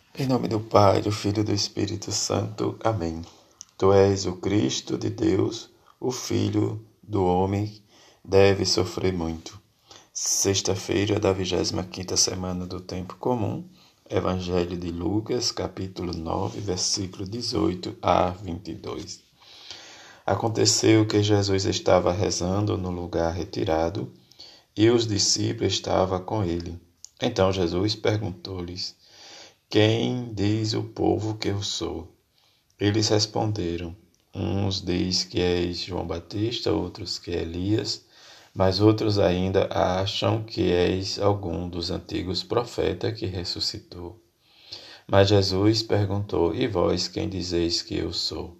Em nome do Pai, do Filho e do Espírito Santo. Amém. Tu és o Cristo de Deus, o Filho do homem, deve sofrer muito. Sexta-feira da 25ª semana do Tempo Comum, Evangelho de Lucas, capítulo 9, versículo 18 a 22. Aconteceu que Jesus estava rezando no lugar retirado e os discípulos estavam com ele. Então Jesus perguntou-lhes: Quem diz o povo que eu sou? Eles responderam: Uns diz que és João Batista, outros que é Elias, mas outros ainda acham que és algum dos antigos profetas que ressuscitou. Mas Jesus perguntou: E vós quem dizeis que eu sou?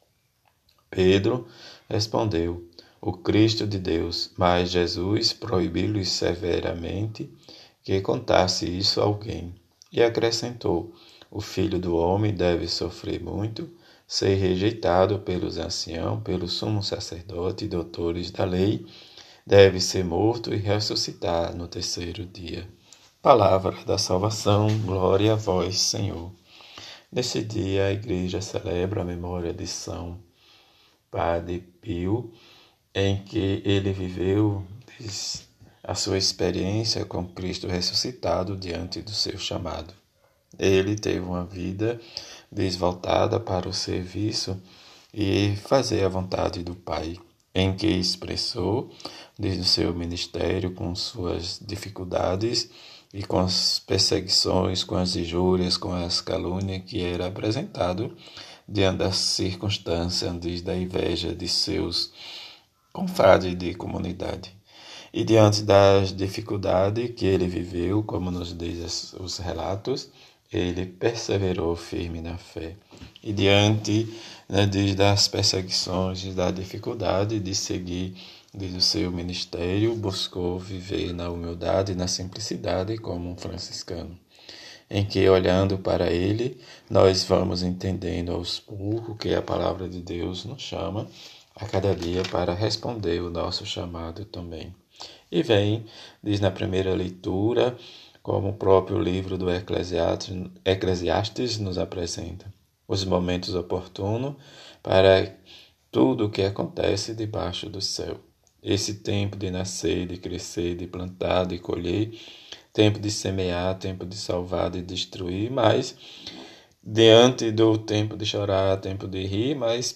Pedro respondeu: O Cristo de Deus. Mas Jesus proibiu-lhes severamente que contasse isso a alguém. E acrescentou: O Filho do Homem deve sofrer muito, ser rejeitado pelos anciãos, pelo sumo sacerdote e doutores da lei, deve ser morto e ressuscitar no terceiro dia. Palavra da salvação, glória a vós, Senhor. Nesse dia, a Igreja celebra a memória de São Padre Pio, em que ele viveu a sua experiência com Cristo ressuscitado diante do seu chamado. Ele teve uma vida desvoltada para o serviço e fazer a vontade do Pai, em que expressou desde o seu ministério com suas dificuldades e com as perseguições, com as injúrias, com as calúnias que era apresentado diante das circunstâncias, desde a inveja de seus confrades de comunidade. E diante das dificuldades que ele viveu, como nos diz os relatos, ele perseverou firme na fé. E diante das perseguições e da dificuldade de seguir desde o seu ministério, buscou viver na humildade e na simplicidade como um franciscano, em que, olhando para ele, nós vamos entendendo aos poucos que a palavra de Deus nos chama a cada dia para responder o nosso chamado também. E vem, diz na primeira leitura, como o próprio livro do Eclesiastes nos apresenta, os momentos oportunos para tudo o que acontece debaixo do céu. Esse tempo de nascer, de crescer, de plantar, de colher, tempo de semear, tempo de salvar, de destruir, mas diante do tempo de chorar, tempo de rir, mas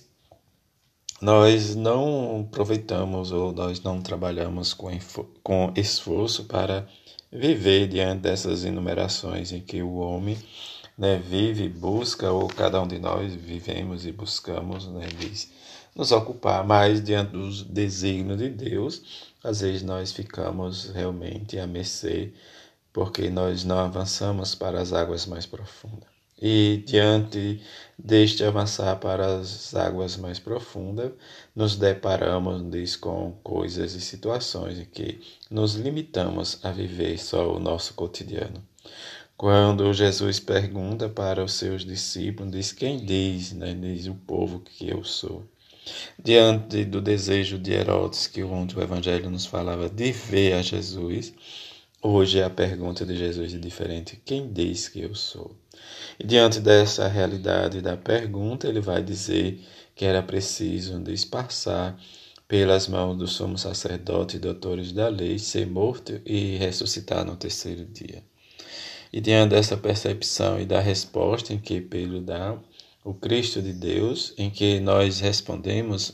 nós não aproveitamos ou nós não trabalhamos com esforço para viver diante dessas enumerações em que o homem vive, busca, ou cada um de nós vivemos e buscamos, nos ocupar mais diante dos desígnios de Deus. Às vezes nós ficamos realmente à mercê, porque nós não avançamos para as águas mais profundas. E diante deste avançar para as águas mais profundas, nos deparamos com coisas e situações em que nos limitamos a viver só o nosso cotidiano. Quando Jesus pergunta para os seus discípulos, diz: Quem diz, diz o povo que eu sou. Diante do desejo de Herodes, que ontem o Evangelho nos falava de ver a Jesus, hoje a pergunta de Jesus é diferente: Quem diz que eu sou? E diante dessa realidade da pergunta, ele vai dizer que era preciso passar pelas mãos do sumo sacerdote e doutores da lei, ser morto e ressuscitar no terceiro dia. E diante dessa percepção e da resposta em que Pedro dá, o Cristo de Deus, em que nós respondemos,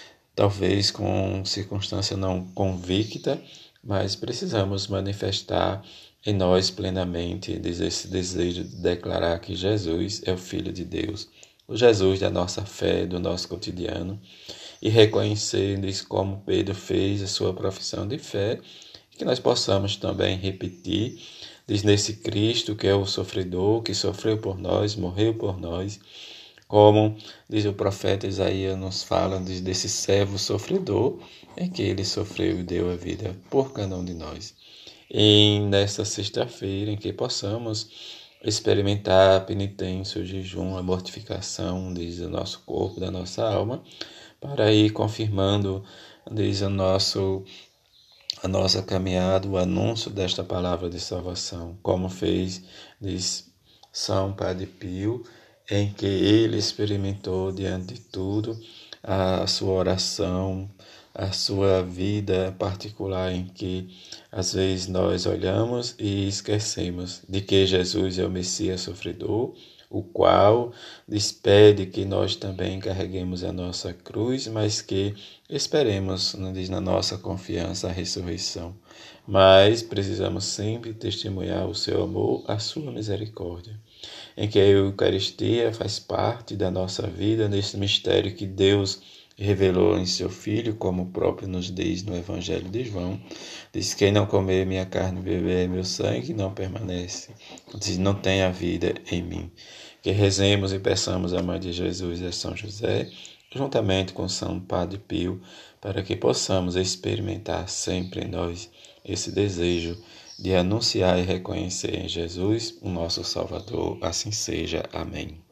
talvez com circunstância não convicta, mas precisamos manifestar em nós plenamente esse desejo de declarar que Jesus é o Filho de Deus, o Jesus da nossa fé, do nosso cotidiano, e reconhecer como Pedro fez a sua profissão de fé, que nós possamos também repetir, diz nesse Cristo que é o sofredor, que sofreu por nós, morreu por nós, como diz o profeta Isaías nos fala desse servo sofredor, em que ele sofreu e deu a vida por cada um de nós. E nesta sexta-feira, em que possamos experimentar a penitência, o jejum, a mortificação, diz o nosso corpo, da nossa alma, para ir confirmando, diz a nossa caminhada, o anúncio desta palavra de salvação, como fez, diz São Padre Pio, em que ele experimentou diante de tudo a sua oração, a sua vida particular, em que às vezes nós olhamos e esquecemos de que Jesus é o Messias sofredor, o qual despede que nós também carreguemos a nossa cruz, mas que esperemos, não diz, na nossa confiança a ressurreição. Mas precisamos sempre testemunhar o seu amor, a sua misericórdia, em que a Eucaristia faz parte da nossa vida, nesse mistério que Deus revelou em seu Filho, como o próprio nos diz no Evangelho de João. Diz: quem não comer minha carne e beber meu sangue não permanece, diz, não tem a vida em mim. Que rezemos e peçamos a Mãe de Jesus e a São José, juntamente com São Padre Pio, para que possamos experimentar sempre em nós esse desejo de anunciar e reconhecer em Jesus o nosso Salvador. Assim seja. Amém.